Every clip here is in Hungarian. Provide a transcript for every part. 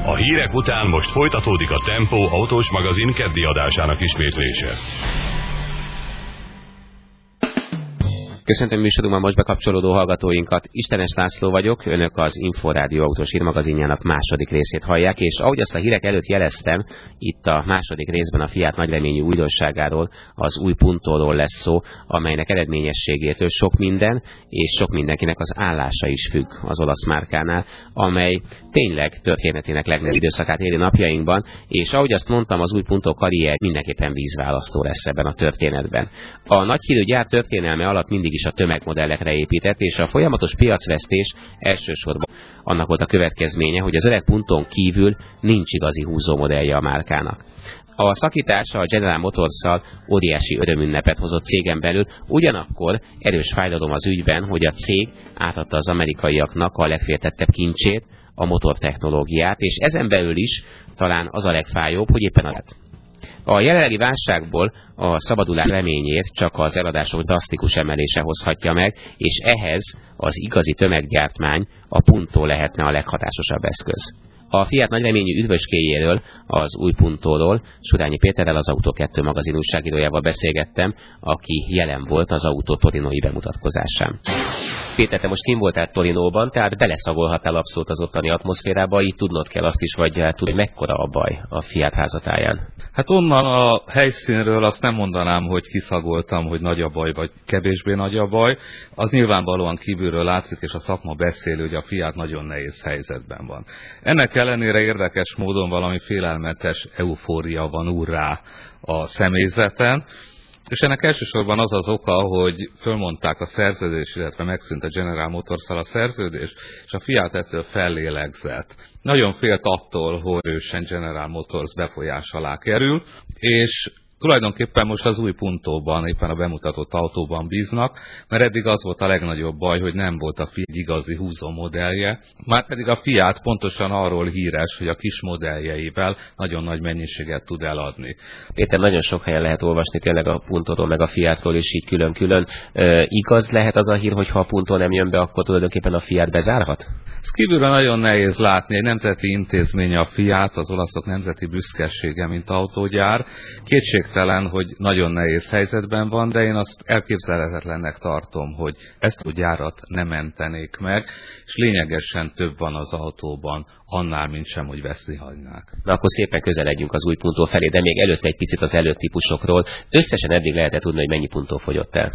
A hírek után most folytatódik a Tempó autós magazin keddi adásának ismétlése. Köszöntöm műsorunkban most bekapcsolódó hallgatóinkat. Istenes László vagyok, önök az Inforádió autós hírmagazinjának második részét hallják, és ahogy azt a hírek előtt jeleztem, itt a második részben a Fiat nagyreményű újdonságáról, az új Puntóról lesz szó, amelynek eredményességétől sok minden, és sok mindenkinek az állása is függ az olasz márkánál, amely tényleg történetének legnagyobb időszakát éli napjainkban, és ahogy azt mondtam, az új Punto karrier mindenképpen vízválasztó lesz ebben a történetben. A nagyhírű gyár történelme alatt mindig is a tömegmodellekre épített, és a folyamatos piacvesztés elsősorban annak volt a következménye, hogy az öreg Puntón kívül nincs igazi húzómodellje a márkának. A szakítása a General Motors-szal óriási örömünnepet hozott cégen belül, ugyanakkor erős fájdalom az ügyben, hogy a cég átadta az amerikaiaknak a legféltettebb kincsét, a motortechnológiát, és ezen belül is talán az a legfájóbb, hogy éppen a jelenlegi válságból a szabadulás reményét csak az eladások drasztikus emelése hozhatja meg, és ehhez az igazi tömeggyártmány, a Punto lehetne a leghatásosabb eszköz. A Fiat nagyreményű üdvöskéjéről, az új Puntóról Surányi Péterrel, az Autó 2 magazin újságírójával beszélgettem, aki jelen volt az autó torinói bemutatkozásán. Péter, te most kim voltál Torinóban, tehát beleszagolhattál abszolút az ottani atmoszférába, így tudnod kell azt is, vagy tudod, hogy mekkora a baj a Fiat házatáján. Hát onnan a helyszínről azt nem mondanám, hogy kiszagoltam, hogy nagy a baj, vagy kevésbé nagy a baj. Az nyilvánvalóan kívülről látszik, és a szakma beszél, hogy a Fiat nagyon nehéz helyzetben van. Ennek ellenére érdekes módon valami félelmetes eufória van úrrá a személyzeten, és ennek elsősorban az az oka, hogy fölmondták a szerződést, illetve megszűnt a General Motors-szal a szerződés, és a Fiat ettől fellélegzett. Nagyon félt attól, hogy erősen General Motors befolyás alá kerül, és tulajdonképpen most az új Puntóban, éppen a bemutatott autóban bíznak, mert eddig az volt a legnagyobb baj, hogy nem volt a Fiat igazi húzó modellje. Márpedig a Fiat pontosan arról híres, hogy a kis modelljeivel nagyon nagy mennyiséget tud eladni. Péter, nagyon sok helyen lehet olvasni tényleg a Puntóról, meg a Fiatról is így külön-külön. Igaz lehet az a hír, hogy ha a Punto nem jön be, akkor tulajdonképpen a Fiat bezárhat? Ez kívülről nagyon nehéz látni, egy nemzeti intézmény a Fiat, az olaszok nemzeti büszkesége, mint autógyár. Kétségtelen, hogy nagyon nehéz helyzetben van, de én azt elképzelhetetlennek tartom, hogy ezt a gyárat nem mentenék meg, és lényegesen több van az autóban, annál, mint sem, hogy veszni hagynák. Na akkor szépen közeledjünk az új Punto felé, de még előtte egy picit az előtípusokról. Összesen eddig lehetett tudni, hogy mennyi Punto fogyott el?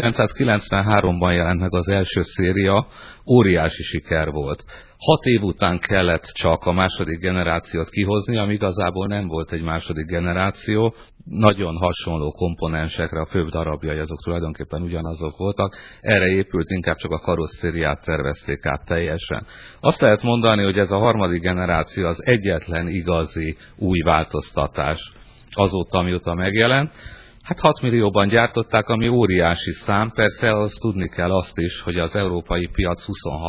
1993-ban jelent meg az első széria, óriási siker volt. 6 év után kellett csak a második generációt kihozni, ami igazából nem volt egy második generáció, nagyon hasonló komponensekre, a főbb darabjai azok tulajdonképpen ugyanazok voltak, erre épült, inkább csak a karosszériát tervezték át teljesen. Azt lehet mondani, hogy ez a harmadik generáció az egyetlen igazi új változtatás azóta, amióta megjelent. Hát 6 millióban gyártották, ami óriási szám, persze azt tudni kell azt is, hogy az európai piac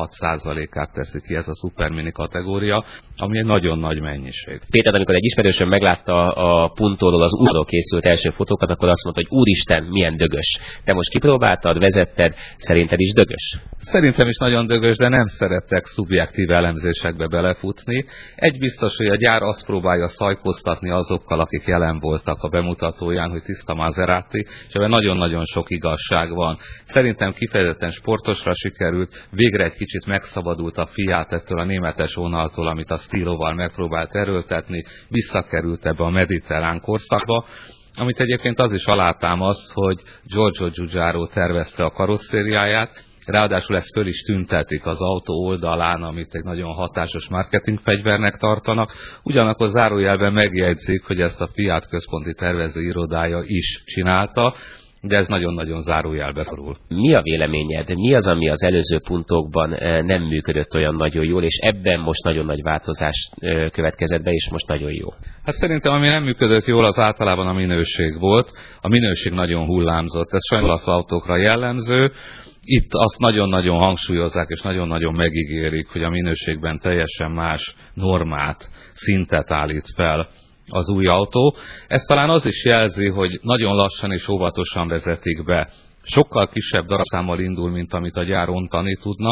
26%-át teszi ki ez a szupermini kategória, ami egy nagyon nagy mennyiség. Péter, amikor egy ismerősöm meglátta a Puntóról az úrról készült első fotókat, akkor azt mondta, hogy úristen, milyen dögös. Te most kipróbáltad, vezetted, szerinted is dögös? Szerintem is nagyon dögös, de nem szeretek szubjektív elemzésekbe belefutni. Egy biztos, hogy a gyár azt próbálja szajkoztatni azokkal, akik jelen voltak a bemutatóján, hogy tiszta Maserati, és ebben nagyon-nagyon sok igazság van. Szerintem kifejezetten sportosra sikerült, végre egy kicsit megszabadult a Fiat ettől a németes vonaltól, amit a Stilóval megpróbált erőltetni, visszakerült ebbe a mediterrán korszakba, amit egyébként az is alátámaszt, hogy Giorgio Giugiaro tervezte a karosszériáját, ráadásul ezt föl is tüntetik az autó oldalán, amit egy nagyon hatásos marketingfegyvernek tartanak. Ugyanakkor zárójelben megjegyzik, hogy ezt a Fiat központi tervező irodája is csinálta, de ez nagyon-nagyon zárójelbe szorul. Mi a véleményed? Mi az, ami az előző Puntókban nem működött olyan nagyon jól, és ebben most nagyon nagy változás következett be, és most nagyon jó? Hát szerintem, ami nem működött jól, az általában a minőség volt. A minőség nagyon hullámzott. Ez sajnos az autókra jellemző. Itt azt nagyon-nagyon hangsúlyozzák, és nagyon-nagyon megígérik, hogy a minőségben teljesen más normát, szintet állít fel az új autó. Ez talán az is jelzi, hogy nagyon lassan és óvatosan vezetik be. Sokkal kisebb darabszámmal indul, mint amit a gyár ontani tudna,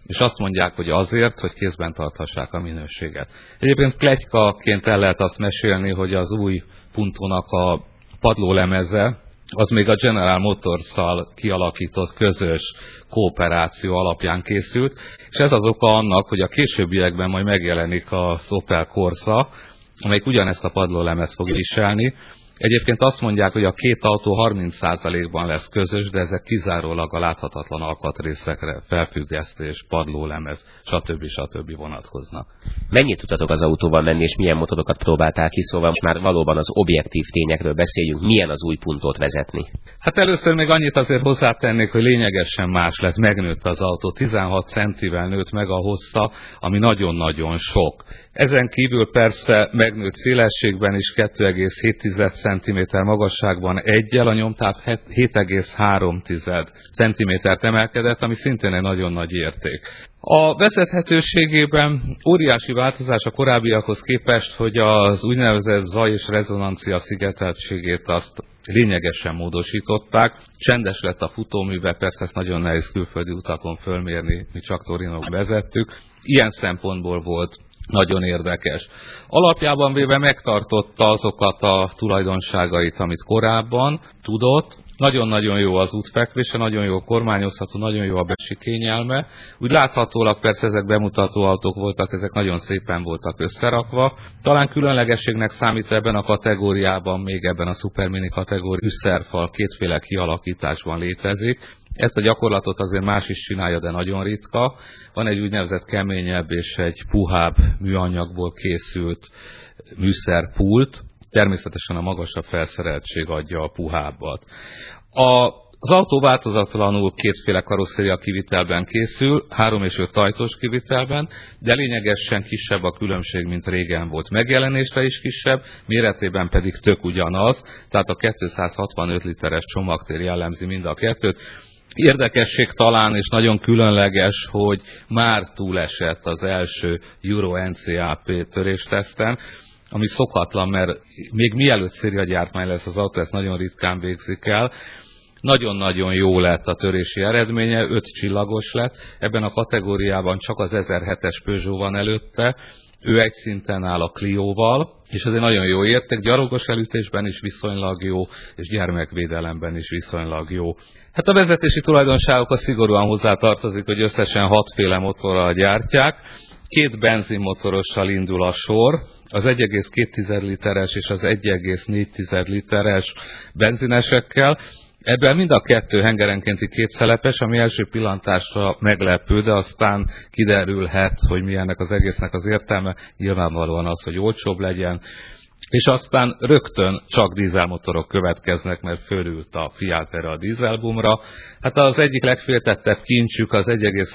és azt mondják, hogy azért, hogy kézben tarthassák a minőséget. Egyébként pletykaként el lehet azt mesélni, hogy az új Puntónak a padlólemeze, az még a General Motors-szal kialakított közös kooperáció alapján készült, és ez az oka annak, hogy a későbbiekben majd megjelenik az Opel Corsa, amelyik ugyanezt a padlólemezt fog viselni. Egyébként azt mondják, hogy a két autó 30%-ban lesz közös, de ezek kizárólag a láthatatlan alkatrészekre, felfüggesztés, padlólemez, stb. Vonatkoznak. Mennyit tudtatok az autóval menni, és milyen motorokat próbáltál ki, szóval most már valóban az objektív tényekről beszéljünk, milyen az új Puntót vezetni? Hát először még annyit azért hozzátennék, hogy lényegesen más lett, megnőtt az autó, 16 centivel nőtt meg a hossza, ami nagyon-nagyon sok. Ezen kívül persze megnőtt szélességben is 2,7 cm magasságban egyel, a nyomtáv 7,3 cm emelkedett, ami szintén egy nagyon nagy érték. A vezethetőségében óriási változás a korábbiakhoz képest, hogy az úgynevezett zaj és rezonancia szigeteltségét azt lényegesen módosították. Csendes lett a futóműve, persze ezt nagyon nehéz külföldi utakon fölmérni, mi csak Torinóban vezettük. Ilyen szempontból volt nagyon érdekes. Alapjában véve megtartotta azokat a tulajdonságait, amit korábban tudott. Nagyon-nagyon jó az útfekvése, nagyon jó kormányozható, nagyon jó a belső kényelme. Úgy láthatólag persze ezek bemutató autók voltak, ezek nagyon szépen voltak összerakva. Talán különlegességnek számít ebben a kategóriában, még ebben a szupermini kategóriában, üsszerfal kétféle kialakításban létezik. Ezt a gyakorlatot azért más is csinálja, de nagyon ritka. Van egy úgynevezett keményebb és egy puhább műanyagból készült műszerpult. Természetesen a magasabb felszereltség adja a puhábbat. Az autó változatlanul kétféle karosszéria kivitelben készül, 3 és 5 ajtós kivitelben, de lényegesen kisebb a különbség, mint régen volt. Megjelenésre is kisebb, méretében pedig tök ugyanaz, tehát a 265 literes csomagtér jellemzi mind a kettőt. Érdekesség talán, és nagyon különleges, hogy már túlesett az első Euro NCAP törésteszten, ami szokatlan, mert még mielőtt szériagyártmány lesz az autó, ezt nagyon ritkán végzik el. Nagyon-nagyon jó lett a törési eredménye, 5 csillagos lett. Ebben a kategóriában csak az 1007-es Peugeot van előtte, ő egy szinten áll a Clióval, és ez egy nagyon jó érték, gyalogos elütésben is viszonylag jó, és gyermekvédelemben is viszonylag jó. Hát a vezetési tulajdonságokhoz szigorúan hozzátartozik, hogy összesen 6 féle motorral gyártják. 2 benzinmotorossal indul a sor, az 1,2 literes és az 1,4 literes benzinesekkel. Ebben mind a 2 hengerenkénti 2 szelepes, ami első pillantásra meglepő, de aztán kiderülhet, hogy mi ennek az egésznek az értelme. Nyilvánvalóan az, hogy olcsóbb legyen. És aztán rögtön csak dízelmotorok következnek, mert fölült a Fiat erre a dízelbumra. Hát az egyik legféltettebb kincsük az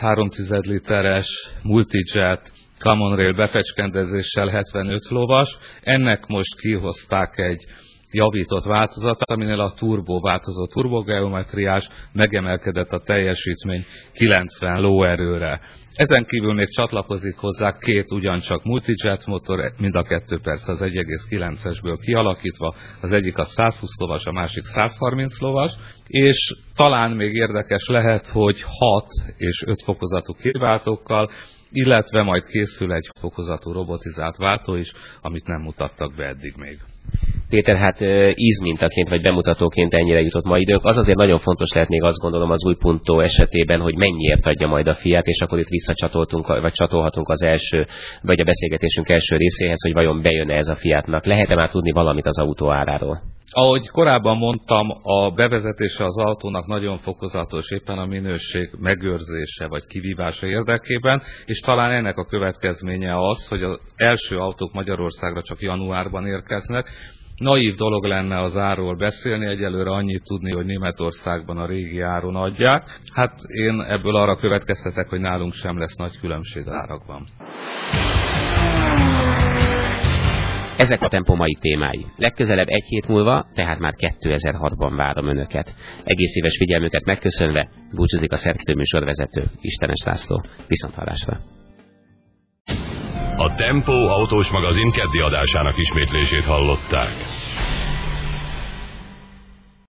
1,3 literes Multijet Common Rail befecskendezéssel 75 lovas. Ennek most kihozták egy javított változat, aminél a változó turbogeometriás, megemelkedett a teljesítmény 90 lóerőre. Ezen kívül még csatlakozik hozzá 2 ugyancsak multijet motor, mind a 2 persze az 1,9-esből kialakítva, az egyik a 120 lovas, a másik 130 lovas, és talán még érdekes lehet, hogy 6 és 5 fokozatú kiváltókkal, illetve majd készül egy fokozatú robotizált váltó is, amit nem mutattak be eddig még. Péter, hát ízmintaként vagy bemutatóként ennyire jutott ma időnk. Az azért nagyon fontos lehet még azt gondolom az új Punto esetében, hogy mennyiért adja majd a Fiat, és akkor itt visszacsatoltunk, vagy csatolhatunk az első, vagy a beszélgetésünk első részéhez, hogy vajon bejön-e ez a Fiatnak. Lehet-e már tudni valamit az autó áráról? Ahogy korábban mondtam, a bevezetése az autónak nagyon fokozatos, éppen a minőség megőrzése vagy kivívása érdekében, és talán ennek a következménye az, hogy az első autók Magyarországra csak januárban érkeznek. Naív dolog lenne az árról beszélni, egyelőre annyit tudni, hogy Németországban a régi áron adják. Hát én ebből arra következtetek, hogy nálunk sem lesz nagy különbség árakban. Ezek a Tempó mai témái. Legközelebb 1 hét múlva, tehát már 2006-ban várom önöket. Egész éves figyelmüket megköszönve búcsúzik a szerkesztő műsorvezető, Istenes László. Viszonthallásra. A Tempó autós magazin keddi adásának ismétlését hallották.